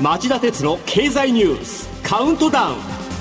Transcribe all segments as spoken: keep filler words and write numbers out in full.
町田鉄の経済ニュースカウントダウン。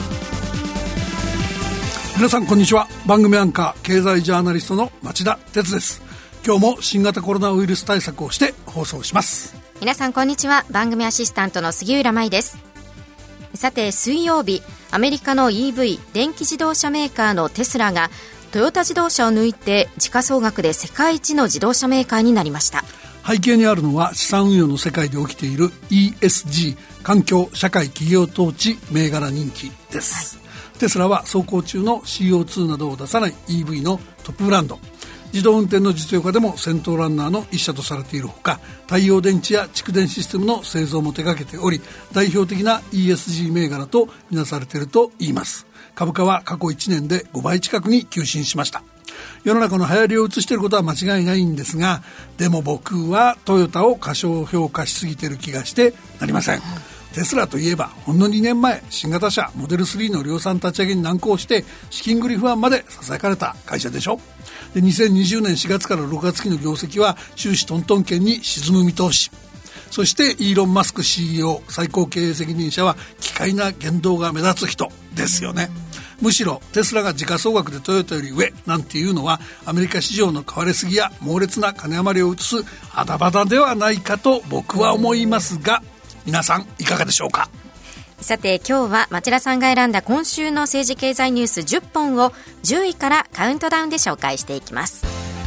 皆さんこんにちは。番組アンカー経済ジャーナリストの町田鉄です。今日も新型コロナウイルス対策をして放送します。 皆さんこんにちは。番組アシスタントの杉浦舞です。さて水曜日、アメリカの イーブイ 電気自動車メーカーのテスラがトヨタ自動車を抜いて時価総額で世界一の自動車メーカーになりました。 背景にあるのは資産運用の世界で起きている イーエスジー 環境社会企業統治銘柄人気です、はい、テスラは走行中の シーオーツー などを出さない イーブイ のトップブランド、自動運転の実用化でも先頭ランナーの一社とされているほか、太陽電池や蓄電システムの製造も手掛けており、代表的な イーエスジー 銘柄とみなされているといいます。株価は過去いちねんでごばい近くに急進しました。世の中の流行りを映していることは間違いないんですが、でも僕はトヨタを過小評価しすぎている気がしてなりません。テスラといえばほんのにねんまえ、新型車モデルスリーの量産立ち上げに難航して資金繰り不安までささやかれた会社でしょ。でにせんにじゅうねんしがつからろくがつ期の業績は終始トントン圏に沈む見通し。そしてイーロン・マスク シーイーオー 最高経営責任者は奇怪な言動が目立つ人ですよね。むしろテスラが時価総額でトヨタより上なんていうのはアメリカ市場の買われすぎや猛烈な金余りを移すアダバダではないかと僕は思いますが、皆さんいかがでしょうか。 さて今日は町田さんが選んだ今週の政治経済ニュースじゅっぽんをじゅういからカウントダウンで紹介していきます。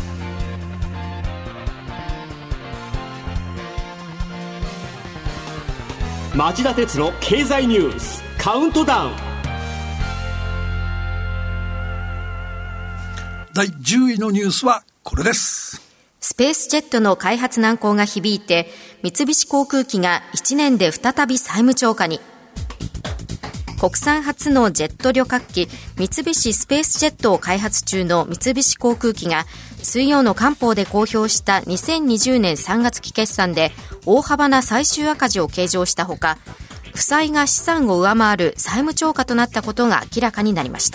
町田鉄の経済ニュースカウントダウン。 だいじゅういのニュースはこれです。 スペースジェットの開発難航が響いて三菱航空機がいちねんで再び債務超過に。国産初のジェット旅客機三菱スペースジェットを開発中の三菱航空機が水曜の官報で公表したにせんにじゅうねんさんがつ期決算で大幅な最終赤字を計上したほか、負債が資産を上回る債務超過となったことが明らかになりました。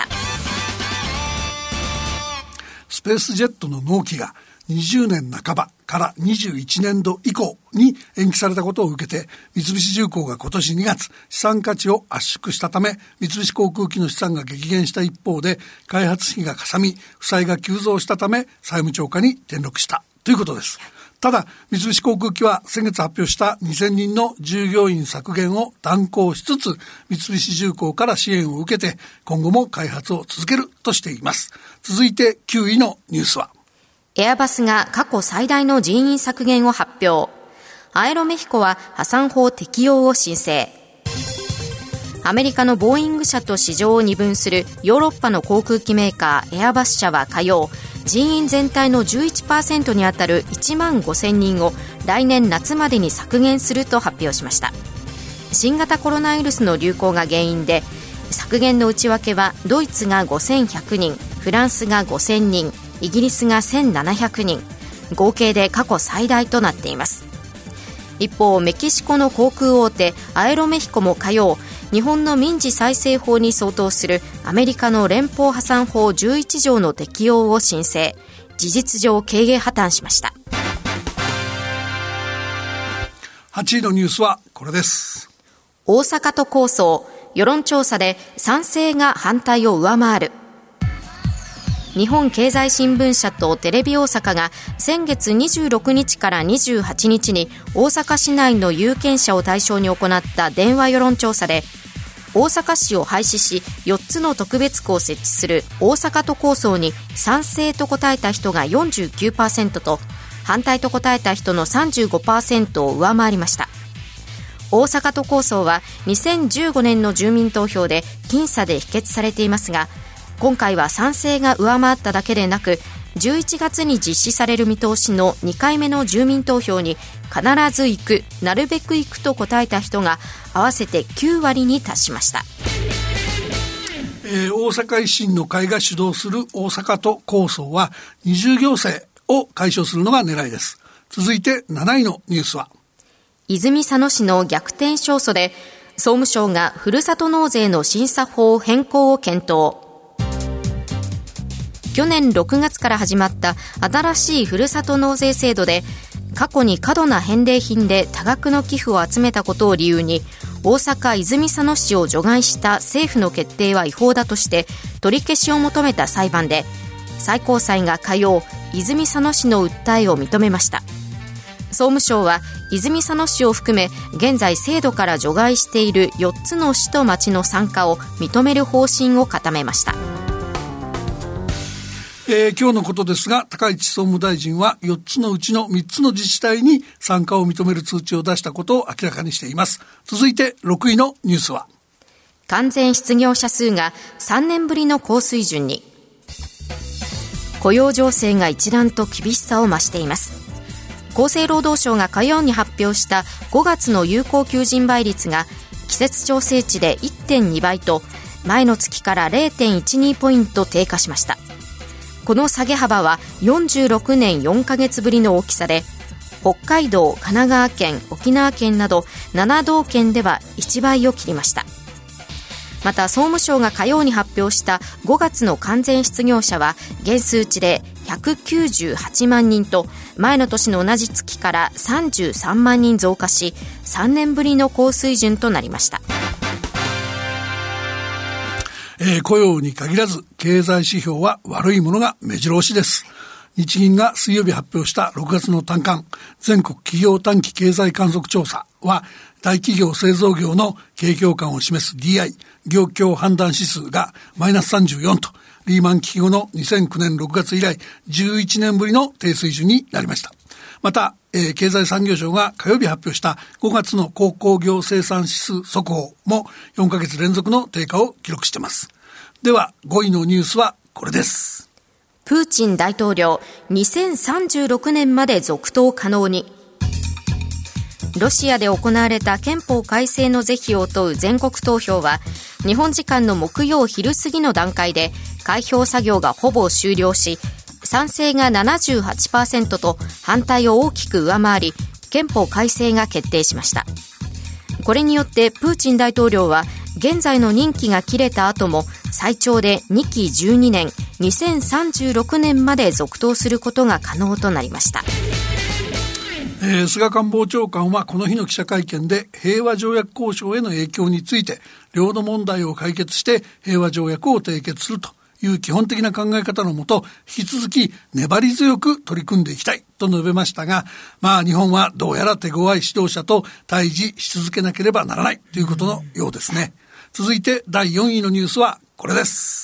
スペースジェットの納期がにじゅうねんなかばからにじゅういちねんど以降に延期されたことを受けて、三菱重工が今年にがつ資産価値を圧縮したため、三菱航空機の資産が激減した一方で開発費がかさみ負債が急増したため債務超過に転落したということです。ただ三菱航空機は先月発表したにせんにんの従業員削減を断行しつつ、三菱重工から支援を受けて今後も開発を続けるとしています。続いてきゅういのニュースは、 エアバスが過去最大の人員削減を発表。アエロメヒコは破産法適用を申請。アメリカのボーイング社と市場を二分するヨーロッパの航空機メーカーエアバス社は火曜、人員全体の じゅういちパーセント にあたるいちまんごせんにんを来年夏までに削減すると発表しました。新型コロナウイルスの流行が原因で、削減の内訳はドイツがごせんひゃくにん、フランスがごせんにん、イギリスがせんななひゃくにん、合計で過去最大となっています。一方、メキシコの航空大手アエロメヒコも火曜、日本の民事再生法に相当するアメリカの連邦破産法じゅういちじょうの適用を申請。事実上経営破綻しました。 はちいのニュースはこれです。 大阪都構想、世論調査で賛成が反対を上回る。日本経済新聞社とテレビ大阪が先月にじゅうろくにちからにじゅうはちにちに大阪市内の有権者を対象に行った電話世論調査で、大阪市を廃止しよっつの特別区を設置する大阪都構想に賛成と答えた人が よんじゅうきゅうパーセント と反対と答えた人の さんじゅうごパーセント を上回りました。大阪都構想はにせんじゅうごねんの住民投票で僅差で否決されていますが、今回は賛成が上回っただけでなく、じゅういちがつに実施される見通しのにかいめの住民投票に必ず行く、なるべく行くと答えた人が合わせてきゅうわりに達しました。 えー、大阪維新の会が主導する大阪都構想は二重行政を解消するのが狙いです。続いてなないのニュースは、 泉佐野市の逆転勝訴で総務省がふるさと納税の審査法変更を検討。去年ろくがつから始まった新しいふるさと納税制度で、 過去に過度な返礼品で多額の寄付を集めたことを理由に大阪泉佐野市を除外した政府の決定は違法だとして取り消しを求めた裁判で、最高裁が火曜、泉佐野市の訴えを認めました。総務省は泉佐野市を含め現在制度から除外しているよっつの市と町の参加を認める方針を固めました。 えー、今日のことですが、高市総務大臣はよっつのうちのみっつの自治体に参加を認める通知を出したことを明らかにしています。続いてろくいのニュースは、 完全失業者数がさんねんぶりの高水準に。雇用情勢が一段と厳しさを増しています。厚生労働省が火曜に発表したごがつの有効求人倍率が季節調整値で いってんにばいと前の月から れいてんいちに ポイント低下しました。この下げ幅はよんじゅうろくねんよんかげつぶりの大きさで、北海道、神奈川県、沖縄県などななどうけんではいちばいを切りました。また総務省が火曜に発表したごがつの完全失業者は現数値でひゃくきゅうじゅうはちまんにんと前の年の同じ月からさんじゅうさんまんにん増加し、さんねんぶりの高水準となりました。 えー、雇用に限らず経済指標は悪いものが目白押しです。日銀が水曜日発表したろくがつの短観全国企業短期経済観測調査は、大企業製造業の景況感を示す ディーアイ 業況判断指数がマイナスさんじゅうよんと、リーマン危機後のにせんきゅうねんろくがつ以来じゅういちねんぶりの低水準になりました。また、えー、経済産業省が火曜日発表したごがつの鉱工業生産指数速報もよんかげつ連続の低下を記録しています。ではごいのニュースはこれです。 プーチン大統領にせんさんじゅうろくねんまで続投可能に。ロシアで行われた憲法改正の是非を問う全国投票は日本時間の木曜昼過ぎの段階で開票作業がほぼ終了し、賛成が ななじゅうはちパーセント と反対を大きく上回り、憲法改正が決定しました。これによってプーチン大統領は現在の任期が切れた後も最長でにきじゅうにねん、にせんさんじゅうろくねんまで続投することが可能となりました。 えー、菅官房長官はこの日の記者会見で平和条約交渉への影響について、領土問題を解決して平和条約を締結するという基本的な考え方のもと、引き続き粘り強く取り組んでいきたいと述べましたが、まあ日本はどうやら手強い指導者と対峙し続けなければならないということのようですね。続いてだいよんいのニュースはこれです。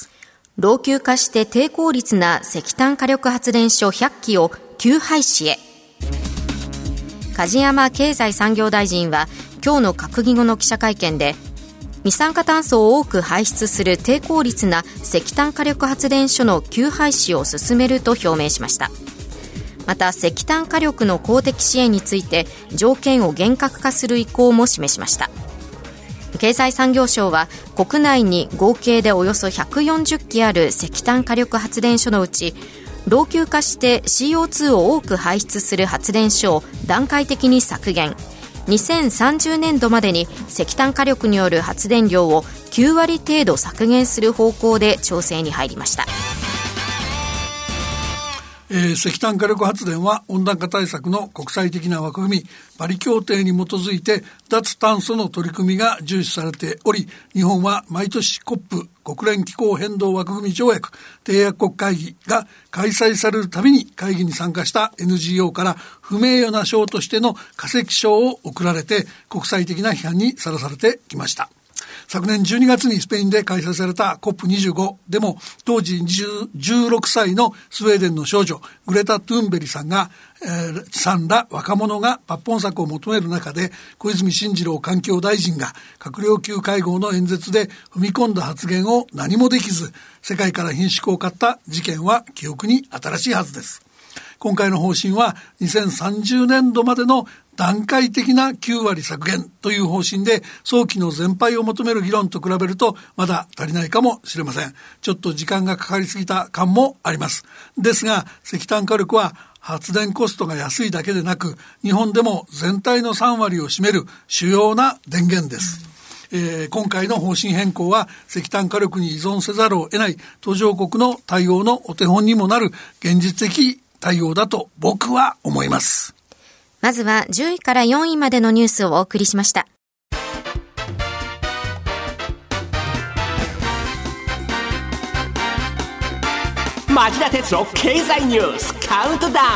老朽化して低効率な石炭火力発電所ひゃっきを休廃止へ。梶山経済産業大臣は今日の閣議後の記者会見で、二酸化炭素を多く排出する低効率な石炭火力発電所の休廃止を進めると表明しました。また石炭火力の公的支援について条件を厳格化する意向も示しました。経済産業省は国内に合計でおよそひゃくよんじゅっきある石炭火力発電所のうち、老朽化して シーオーツー を多く排出する発電所を段階的に削減、にせんさんじゅうねんどまでに石炭火力による発電量をきゅうわり程度削減する方向で調整に入りました。 えー、石炭火力発電は温暖化対策の国際的な枠組みパリ協定に基づいて脱炭素の取り組みが重視されており、日本は毎年 コップ 国連気候変動枠組み条約締約国会議が開催されるたびに会議に参加した エヌジーオー から不名誉な賞としての化石賞を贈られて国際的な批判にさらされてきました。昨年じゅうにがつにスペインで開催された コップにじゅうご でも当時じゅうろくさいのスウェーデンの少女グレタ・トゥーンベリさんが、えー、さんら若者が抜本策を求める中で、小泉進次郎環境大臣が閣僚級会合の演説で踏み込んだ発言を何もできず、世界から品種を買った事件は記憶に新しいはずです。今回の方針はにせんさんじゅうねんどまでの段階的なきゅうわり削減という方針で、早期の全廃を求める議論と比べるとまだ足りないかもしれません。ちょっと時間がかかりすぎた感もあります。ですが石炭火力は発電コストが安いだけでなく、日本でも全体のさんわりを占める主要な電源です。えー、今回の方針変更は石炭火力に依存せざるを得ない途上国の対応のお手本にもなる現実的対応だと僕は思います。 まずはじゅういからよんいまでのニュースをお送りしました。 町田鉄の経済ニュースカウントダウン。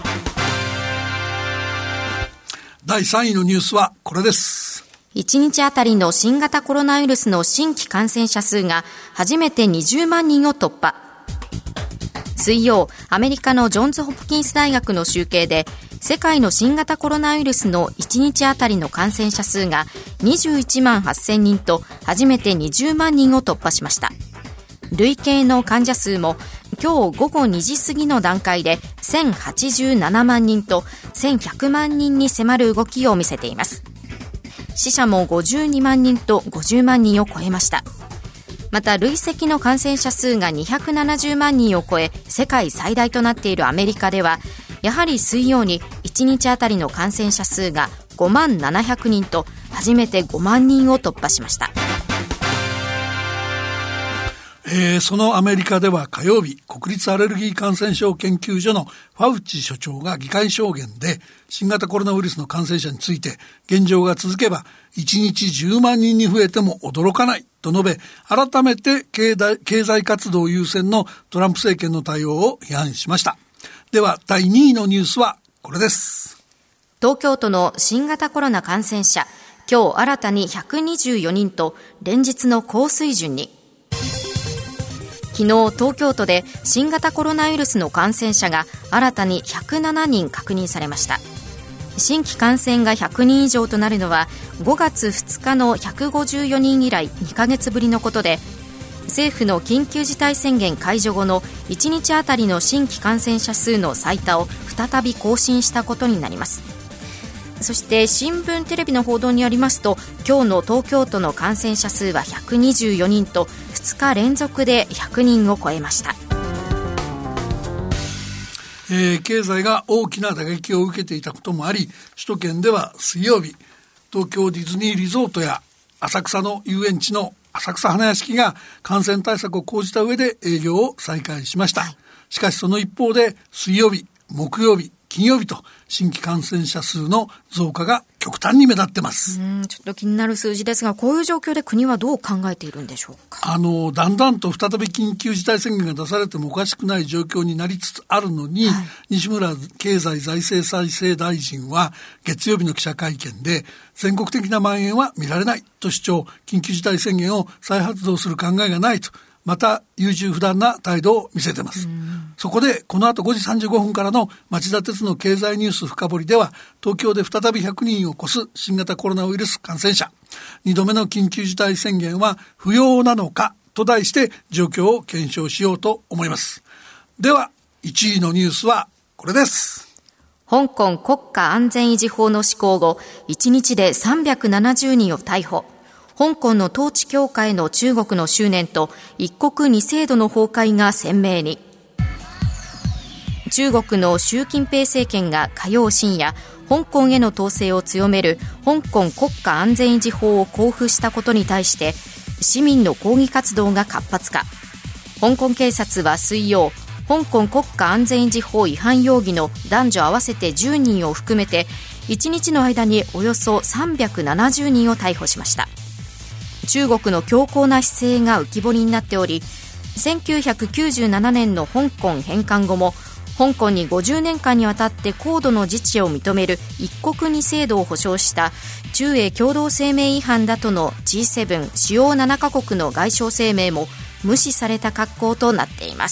だいさんいのニュースはこれです。 いちにちあたりの新型コロナウイルスの新規感染者数が初めてにじゅうまんにんを突破。水曜、アメリカのジョンズ・ホプキンス大学の集計で世界の新型コロナウイルスのいちにちあたりの感染者数がにじゅういちまんはっせんにんと初めてにじゅうまんにんを突破しました。累計の患者数も今日午後にじ過ぎの段階でせんはちじゅうななまんにんとせんひゃくまんにんに迫る動きを見せています。死者もごじゅうにまんにんとごじゅうまんにんを超えました。また累積の感染者数がにひゃくななじゅうまんにんを超え世界最大となっているアメリカではやはり水曜にいちにちあたりの感染者数がごまんななひゃくにんと初めてごまんにんを突破しました。 えー、そのアメリカでは火曜日、国立アレルギー感染症研究所のファウチ所長が議会証言で新型コロナウイルスの感染者について現状が続けばいちにちじゅうまんにんに増えても驚かないと述べ、改めて経済、経済活動優先のトランプ政権の対応を批判しました。ではだいにいのニュースはこれです。 東京都の新型コロナ感染者、今日新たにひゃくにじゅうよにんと連日の高水準に。昨日東京都で新型コロナウイルスの感染者が新たにひゃくななにん確認されました。新規感染がひゃくにん以上となるのはごがつふつかのひゃくごじゅうよにん以来にかげつぶりのことで、政府の緊急事態宣言解除後のいちにちあたりの新規感染者数の最多を再び更新したことになります。そして新聞テレビの報道によりますと、今日の東京都の感染者数はひゃくにじゅうよにんとふつか連続でひゃくにんを超えました。 えー、経済が大きな打撃を受けていたこともあり、首都圏では水曜日、東京ディズニーリゾートや浅草の遊園地の浅草花屋敷が感染対策を講じた上で営業を再開しました。はい、しかしその一方で水曜日、木曜日、金曜日と新規感染者数の増加が極端に目立ってます。 うん、ちょっと気になる数字ですが、こういう状況で国はどう考えているんでしょうか。 あのだんだんと再び緊急事態宣言が出されてもおかしくない状況になりつつあるのに、はい、西村経済財政再生大臣は月曜日の記者会見で全国的な蔓延は見られないと主張、緊急事態宣言を再発動する考えがないと、また優柔不断な態度を見せています。そこでこの後ごじさんじゅうごふんからの町田鉄の経済ニュース深掘りでは、東京で再びひゃくにんを超す新型コロナウイルス感染者、にどめの緊急事態宣言は不要なのかと題して状況を検証しようと思います。ではいちいのニュースはこれです。 香港国家安全維持法の施行後、いちにちでさんびゃくななじゅうにんを逮捕。香港の統治強化への中国の執念と一国二制度の崩壊が鮮明に。中国の習近平政権が火曜深夜、香港への統制を強める香港国家安全維持法を公布したことに対して市民の抗議活動が活発化。香港警察は水曜、香港国家安全維持法違反容疑の男女合わせてじゅうにんを含めていちにちの間におよそさんびゃくななじゅうにんを逮捕しました。中国の強硬な姿勢が浮き彫りになっており、せんきゅうひゃくきゅうじゅうななねんの香港返還後も香港にごじゅうねんかんにわたって高度の自治を認める一国二制度を保障した中英共同声明違反だとの ジーセブン 主要ななかこくの外相声明も無視された格好となっています。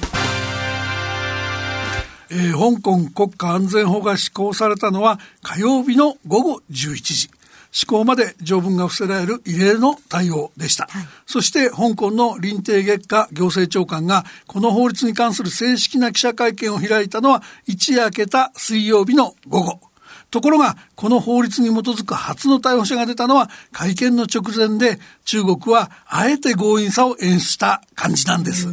えー、香港国家安全法が施行されたのは火曜日のごごじゅういちじ。施行まで条文が伏せられる異例の対応でした。はい、そして香港の林鄭月娥行政長官がこの法律に関する正式な記者会見を開いたのは一夜明けた水曜日の午後。ところがこの法律に基づく初の逮捕者が出たのは会見の直前で、中国はあえて強引さを演出した感じなんです。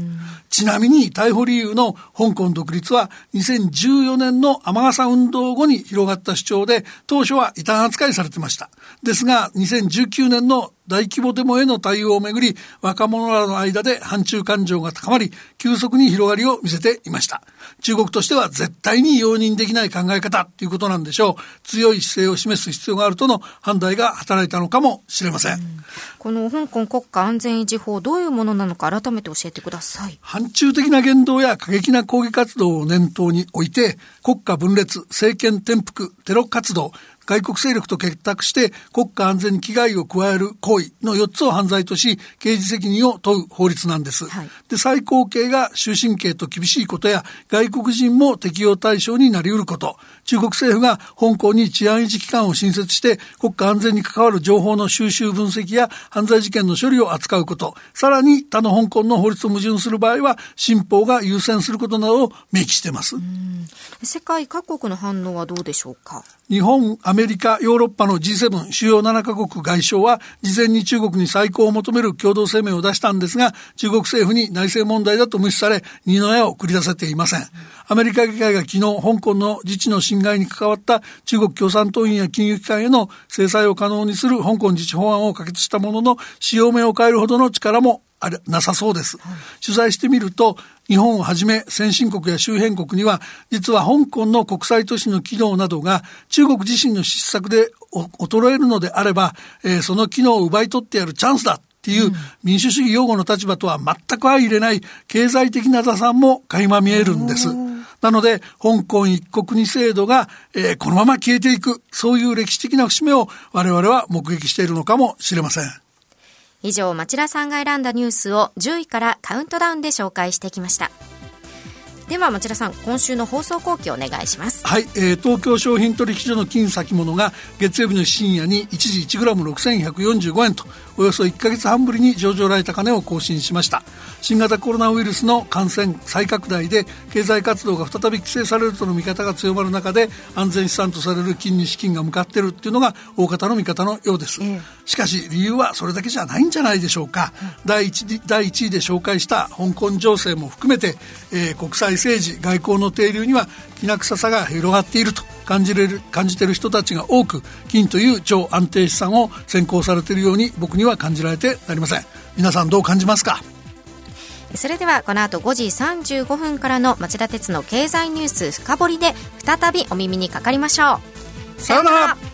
ちなみに逮捕理由の香港独立はにせんじゅうよねんの雨傘運動後に広がった主張で、当初は異端扱いされてました。ですがにせんじゅうきゅうねんの大規模デモへの対応をめぐり、若者らの間で反中感情が高まり、急速に広がりを見せていました。中国としては絶対に容認できない考え方ということなんでしょう。強い姿勢を示す必要があるとの判断が働いたのかもしれません。うん、 この香港国家安全維持法、どういうものなのか改めて教えてください。 反中的な言動や過激な抗議活動を念頭に置いて、国家分裂、政権転覆、テロ活動、外国勢力と結託して国家安全に危害を加える行為のよっつを犯罪とし、刑事責任を問う法律なんです。はい、で、最高刑が終身刑と厳しいことや、外国人も適用対象になり得ること、中国政府が香港に治安維持機関を新設して国家安全に関わる情報の収集分析や犯罪事件の処理を扱うこと、さらに他の香港の法律と矛盾する場合は新法が優先することなどを明記しています。 うん、世界各国の反応はどうでしょうか。 日本、アメリカ、ヨーロッパの ジーセブン 主要ななカ国外相は事前に中国に再考を求める共同声明を出したんですが、中国政府に内政問題だと無視され、二の矢を繰り出せていません。アメリカ議会が昨日香港の自治の侵害に関わった中国共産党員や金融機関への制裁を可能にする香港自治法案を可決したものの、使用名を変えるほどの力もあれなさそうです。はい、取材してみると、日本をはじめ先進国や周辺国には実は香港の国際都市の機能などが中国自身の失策で衰えるのであれば、えー、その機能を奪い取ってやるチャンスだっていう民主主義擁護の立場とは全く相入れない経済的な打算も垣間見えるんです。なので香港一国二制度が、えー、このまま消えていく、そういう歴史的な節目を我々は目撃しているのかもしれません。 以上、町田さんが選んだニュースをじゅういからカウントダウンで紹介してきました。では町田さん、今週の放送後期をお願いします。 はい、えー、東京商品取引所の金先物が月曜日の深夜に一時いちグラムろくせんひゃくよんじゅうごえんと、およそいっかげつはんぶりに上場来高値を更新しました。新型コロナウイルスの感染再拡大で経済活動が再び規制されるとの見方が強まる中で、安全資産とされる金に資金が向かっているっていうのが大方の見方のようです。ええ、しかし理由はそれだけじゃないんじゃないでしょうか。うん、だいいちいだいいちいで紹介した香港情勢も含めて、えー、国際政治外交の底流にはきな臭さが広がっていると感じれる感じている人たちが多く、金という超安定資産を先行されているように僕には感じられてなりません。皆さんどう感じますか。 それではこの後ごじさんじゅうごふんからの町田鉄の経済ニュース深掘りで再びお耳にかかりましょう。 さようなら。